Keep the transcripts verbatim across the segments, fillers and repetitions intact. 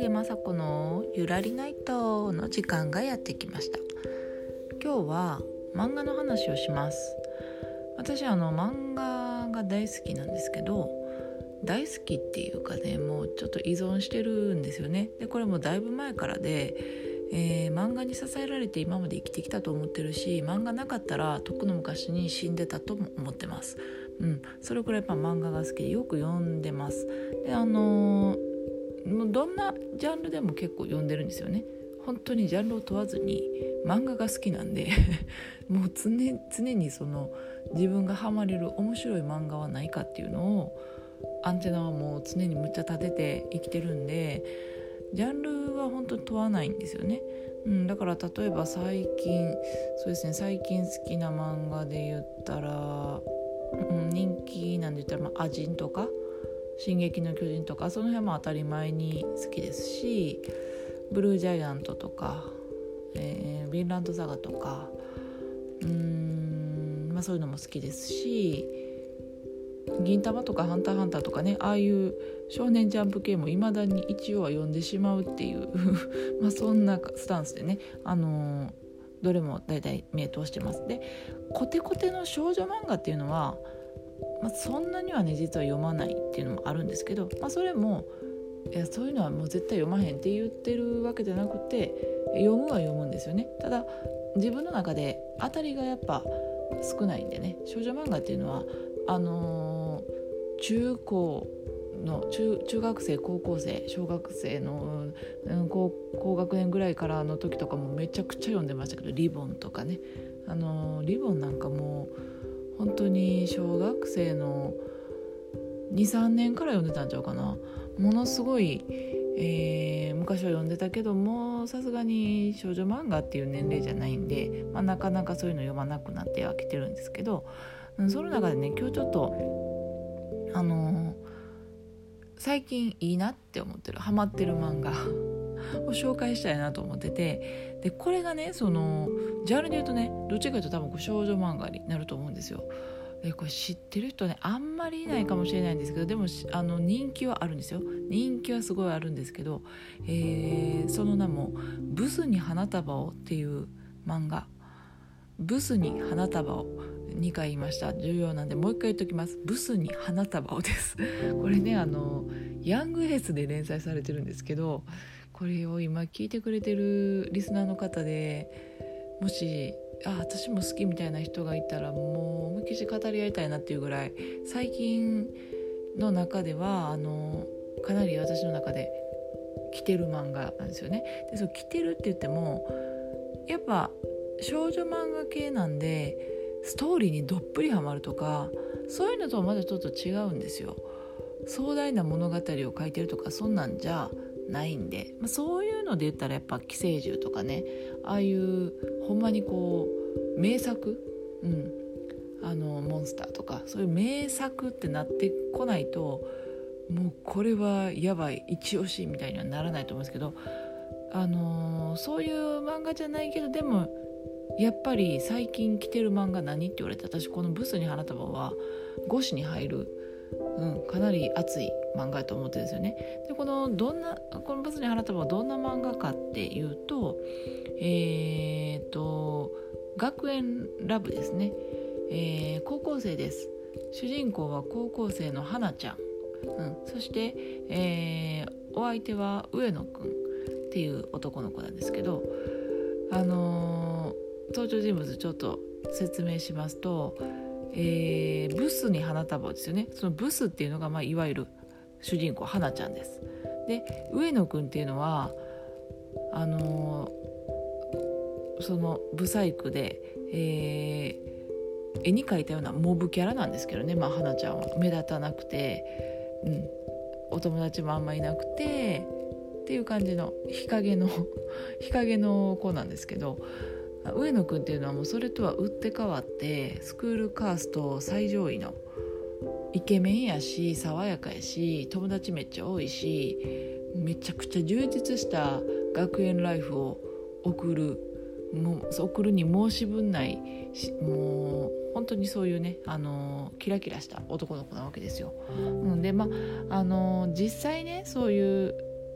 影雅子のゆらりナイトの時間がやってきました。今日は漫画の話をします。私あの漫画が大好きなんですけど、大好きっていうかね、もうちょっと依存してるんですよね。でこれもだいぶ前からで、えー、漫画に支えられて今まで生きてきたと思ってるし、漫画なかったらとっくの昔に死んでたとも思ってます。うん、それくらいやっぱ漫画が好きでよく読んでます。であのー、どんなジャンルでも結構読んでるんですよね。本当にジャンルを問わずに漫画が好きなんでもう常、常にその自分がハマれる面白い漫画はないかっていうのをアンテナはもう常にむっちゃ立てて生きてるんで、ジャンルは本当に問わないんですよね。うん、だから例えば最近そうですね最近好きな漫画で言ったら、うん、人気なんで言ったら、まあ、アジンとか進撃の巨人とかその辺も当たり前に好きですし、ブルージャイアントとか、えー、ヴィンランドサガとかうーん、まあ、そういうのも好きですし、銀魂とかハンターハンターとかね、ああいう少年ジャンプ系も未だに一応は読んでしまうっていうまあそんなスタンスでね、あのー、どれもだいたい目通してます。でコテコテの少女漫画っていうのは、まあ、そんなにはね実は読まないっていうのもあるんですけど、まあ、それもいやそういうのはもう絶対読まへんって言ってるわけじゃなくて、読むは読むんですよね。ただ自分の中で当たりがやっぱ少ないんでね、少女漫画っていうのはあのー、中高の 中, 中学生高校生小学生の、うん、高, 高学年ぐらいからの時とかもめちゃくちゃ読んでましたけど、リボンとかね、あのー、リボンなんかもう本当に小学生の に,さん 年から読んでたんちゃうかな。ものすごい、えー、昔は読んでたけどもさすがに少女漫画っていう年齢じゃないんで、まあ、なかなかそういうの読まなくなってはきてるんですけど、その中でね今日ちょっとあのー、最近いいなって思ってるハマってる漫画を紹介したいなと思ってて、でこれがねそのジャンルで言うとねどっちかというと多分少女漫画になると思うんですよ。でこれ知ってる人ねあんまりいないかもしれないんですけど、でもあの人気はあるんですよ。人気はすごいあるんですけど、えー、その名もブスに花束をっていう漫画。ブスに花束をにかい言いました。重要なんでもう一回言っときます。ブスに花束をですこれねあのヤングエースで連載されてるんですけど、これを今聞いてくれてるリスナーの方でもしあ私も好きみたいな人がいたらもう思いっきり語り合いたいなっていうぐらい最近の中ではあのかなり私の中で来てる漫画なんですよね。でそう来てるって言ってもやっぱ少女漫画系なんでストーリーにどっぷりハマるとかそういうのとはまだちょっと違うんですよ。壮大な物語を書いてるとかそんなんじゃないんで、まあ、そういうので言ったらやっぱ寄生獣とかね、ああいうほんまにこう名作、うん、あのモンスターとかそういう名作ってなってこないともうこれはやばい一押しみたいにはならないと思うんですけど、あのー、そういう漫画じゃないけどでもやっぱり最近来てる漫画何って言われて、私このブスに花束はごしに入る、うん、かなり熱い漫画だと思ってるんですよね。でこのどんなこのブスに花束はどんな漫画かっていうと、えーと学園ラブですね、えー、高校生です。主人公は高校生の花ちゃん、うん、そして、えー、お相手は上野くんっていう男の子なんですけど、あのー登場人物ちょっと説明しますと、えー、ブスに花束ですよね。そのブスっていうのが、まあ、いわゆる主人公花ちゃんです。で上野くんっていうのはあのー、そのブサイクで、えー、絵に描いたようなモブキャラなんですけどね、まあ、花ちゃんは目立たなくて、うん、お友達もあんまいなくてっていう感じの日陰の日陰の子なんですけど、上野くんっていうのはもうそれとは打って変わってスクールカースト最上位のイケメンやし爽やかやし友達めっちゃ多いしめちゃくちゃ充実した学園ライフを送るもう送るに申し分ないもう本当にそういうね、あのー、キラキラした男の子なわけですよ。うん、でまああのー、実際ねそういう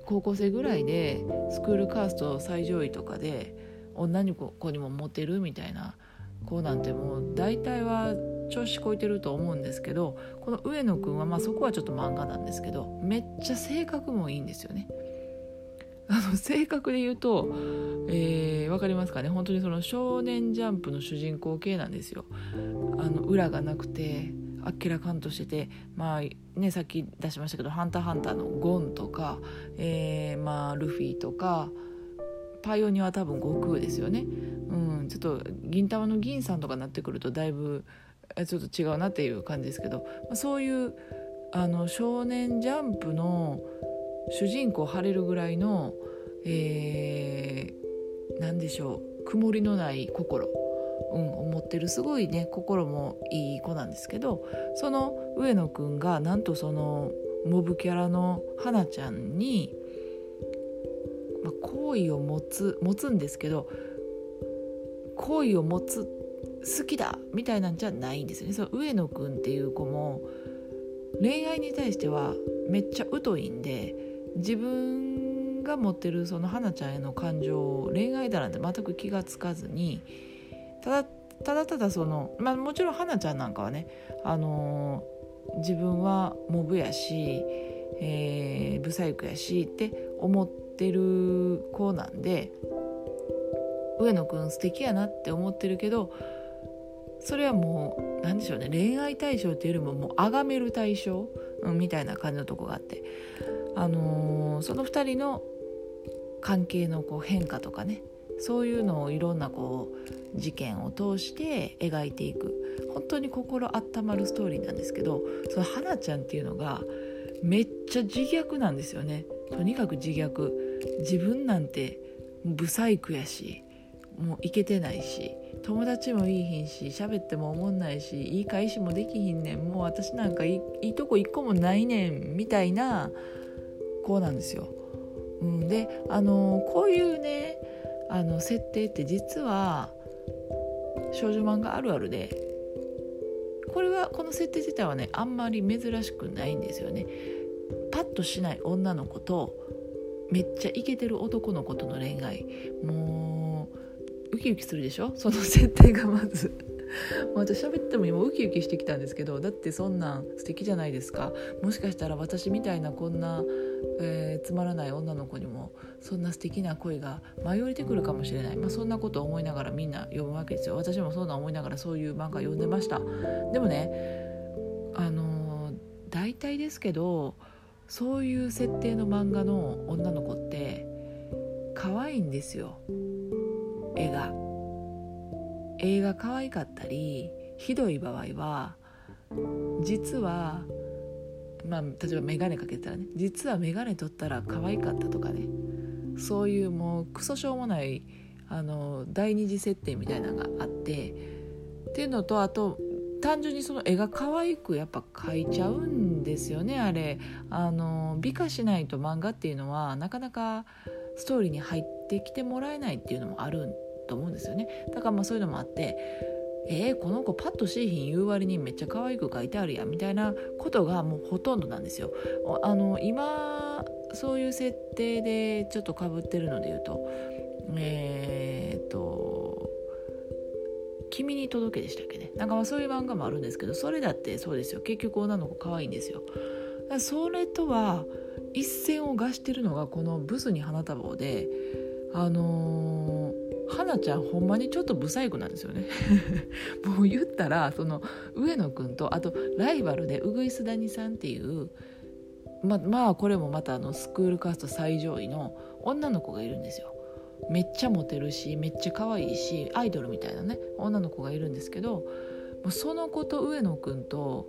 高校生ぐらいでスクールカースト最上位とかで女の子にもモテるみたいな子なんてもう大体は調子こいてると思うんですけど、この上野くんはまあそこはちょっと漫画なんですけど、めっちゃ性格もいいんですよね。あの性格で言うと、えー、わかりますかね。本当にその少年ジャンプの主人公系なんですよ。あの裏がなくてあっけらかんとしてて、まあね、さっき出しましたけどハンターハンターのゴンとか、えー、まあルフィとか、パイオニアは多分悟空ですよね。うん、ちょっと銀魂の銀さんとかになってくるとだいぶちょっと違うなっていう感じですけど、まあ、そういうあの少年ジャンプの主人公張れるぐらいの、えー、なんでしょう、曇りのない心、うん、思ってるすごいね心もいい子なんですけど、その上野くんがなんとそのモブキャラの花ちゃんに、まあ、好意を持つ持つんですけど、好意を持つ好きだみたいなんじゃないんですよね。その上野くんっていう子も恋愛に対してはめっちゃ疎いんで、自分が持ってるその花ちゃんへの感情を恋愛だなんて全く気がつかずに、ただただただその、まあ、もちろん花ちゃんなんかはね、あのー、自分はモブやし、えー、ブサイクやしって思ってる子なんで、上野くん素敵やなって思ってるけど、それはもうなんでしょうね、恋愛対象っていうよりももう崇める対象、うん、みたいな感じのとこがあって、あのー、そのふたりの関係のこう変化とかね、そういうのをいろんなこう事件を通して描いていく、本当に心温まるストーリーなんですけど、その花ちゃんっていうのがめっちゃ自虐なんですよね。とにかく自虐、自分なんてブサイクやし、もうイケてないし、友達もいいひんし、喋っても思んないし、いい返しもできひんねん、もう私なんかい い, いいとこ一個もないねんみたいな子なんですよ。うん、で、あのこういうねあの設定って実は少女漫画あるあるで、これはこの設定自体はねあんまり珍しくないんですよね。パッとしない女の子とめっちゃイケてる男の子との恋愛、もうウキウキするでしょ、その設定がまずもう私喋っても今ウキウキしてきたんですけど、だってそんなん素敵じゃないですか。もしかしたら私みたいなこんな、えー、つまらない女の子にもそんな素敵な恋が舞い降りてくるかもしれない、まあ、そんなことを思いながらみんな読むわけですよ。私もそんな思いながらそういう漫画読んでました。でもね、あのー、大体ですけどそういう設定の漫画の女の子って可愛いんですよ。絵が映画可愛かったり、ひどい場合は実は、まあ、例えばメガネかけたらね、実はメガネ取ったら可愛かったとかね、そういうもうクソしょうもないあの第二次設定みたいなのがあってっていうのと、あと単純にその絵が可愛くやっぱ描いちゃうんですよね。あれあの美化しないと漫画っていうのはなかなかストーリーに入ってきてもらえないっていうのもあると思うんですよね。だからまあそういうのもあって、えー、この子パッとしーひん言う割にめっちゃ可愛く描いてあるやんみたいなことがもうほとんどなんですよ。あの今そういう設定でちょっと被ってるので言うと、えー、っと君に届けでしたっけね、なんかまあそういう漫画もあるんですけど、それだってそうですよ、結局女の子可愛いんですよ。だからそれとは一線を画してるのがこのブスに花束で、あのー、花ちゃんほんまにちょっとブサイクなんですよねもう言ったらその上野くんと、あとライバルでうぐいす谷さんっていうま, まあこれもまたあのスクールカースト最上位の女の子がいるんですよ。めっちゃモテるしめっちゃ可愛いしアイドルみたいなね女の子がいるんですけど、もうその子と上野くんと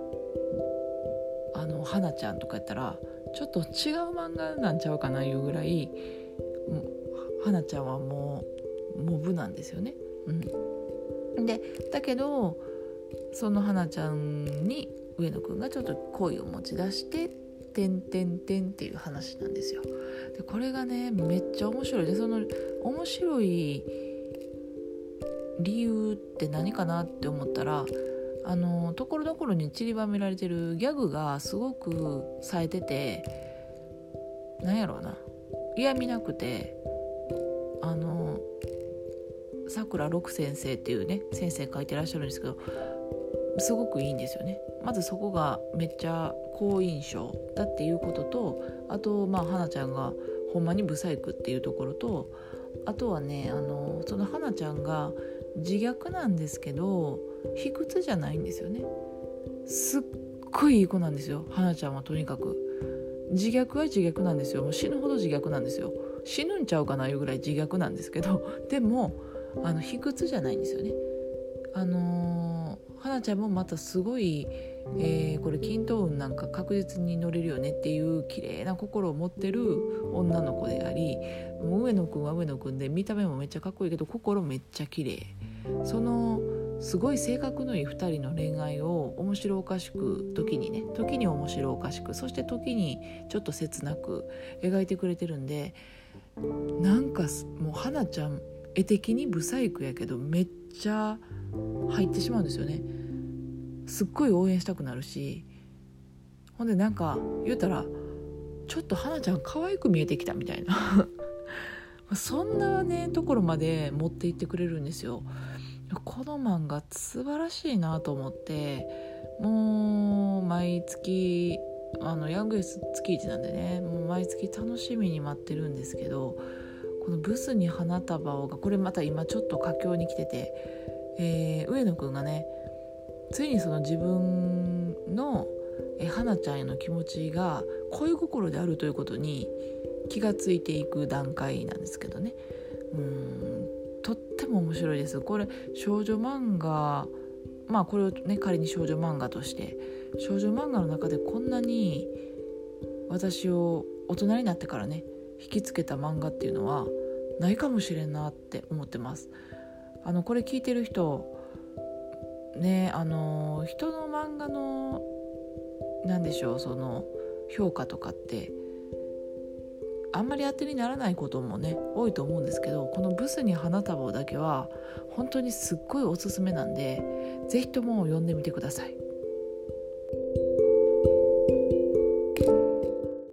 あの花ちゃんとかやったらちょっと違う漫画なんちゃうかないうぐらい、花ちゃんはもうモブなんですよね、うん、でだけどその花ちゃんに上野くんがちょっと恋を持ち出しててんてんてんっていう話なんですよ。でこれがねめっちゃ面白いで、その面白い理由って何かなって思ったら、あのところどころに散りばめられてるギャグがすごく冴えてて、 なんやろうな、嫌味なくて、あのさくらろく先生っていうね先生書いてらっしゃるんですけど、すごくいいんですよね。まずそこがめっちゃ好印象だっていうことと、あとまあ花ちゃんがほんまにブサイクっていうところと、あとはね、あのその花ちゃんが自虐なんですけど卑屈じゃないんですよね。すっごいいい子なんですよ、花ちゃんは。とにかく自虐は自虐なんですよ。もう死ぬほど自虐なんですよ。死ぬんちゃうかないうぐらい自虐なんですけど、でもあの卑屈じゃないんですよね。あのー、花ちゃんもまたすごい、えー、これ均等運なんか確実に乗れるよねっていう綺麗な心を持ってる女の子であり、もう上野くんは上野くんで見た目もめっちゃかっこいいけど心めっちゃ綺麗。そのすごい性格のいいふたりの恋愛を面白おかしく、時にね時に面白おかしく、そして時にちょっと切なく描いてくれてるんで、なんかもう花ちゃん絵的にブサイクやけどめっちゃ入ってしまうんですよね。すっごい応援したくなるし、ほんでなんか言うたらちょっと花ちゃん可愛く見えてきたみたいなそんなねところまで持っていってくれるんですよ。この漫画素晴らしいなと思って、もう毎月あのヤングエース月いちなんでね、もう毎月楽しみに待ってるんですけど、このブスに花束をがこれまた今ちょっと佳境に来てて、えー、上野くんがねついにその自分のえ花ちゃんへの気持ちが恋心であるということに気がついていく段階なんですけどね。うーんとっても面白いです。これ少女漫画、まあこれをね仮に少女漫画として少女漫画の中でこんなに私を大人になってからね引きつけた漫画っていうのはないかもしれんなって思ってます。あのこれ聞いてる人ね、あの人の漫画のなんでしょう、その評価とかってあんまり当てにならないこともね多いと思うんですけど、このブスに花束をだけは本当にすっごいおすすめなんで、ぜひとも読んでみてください。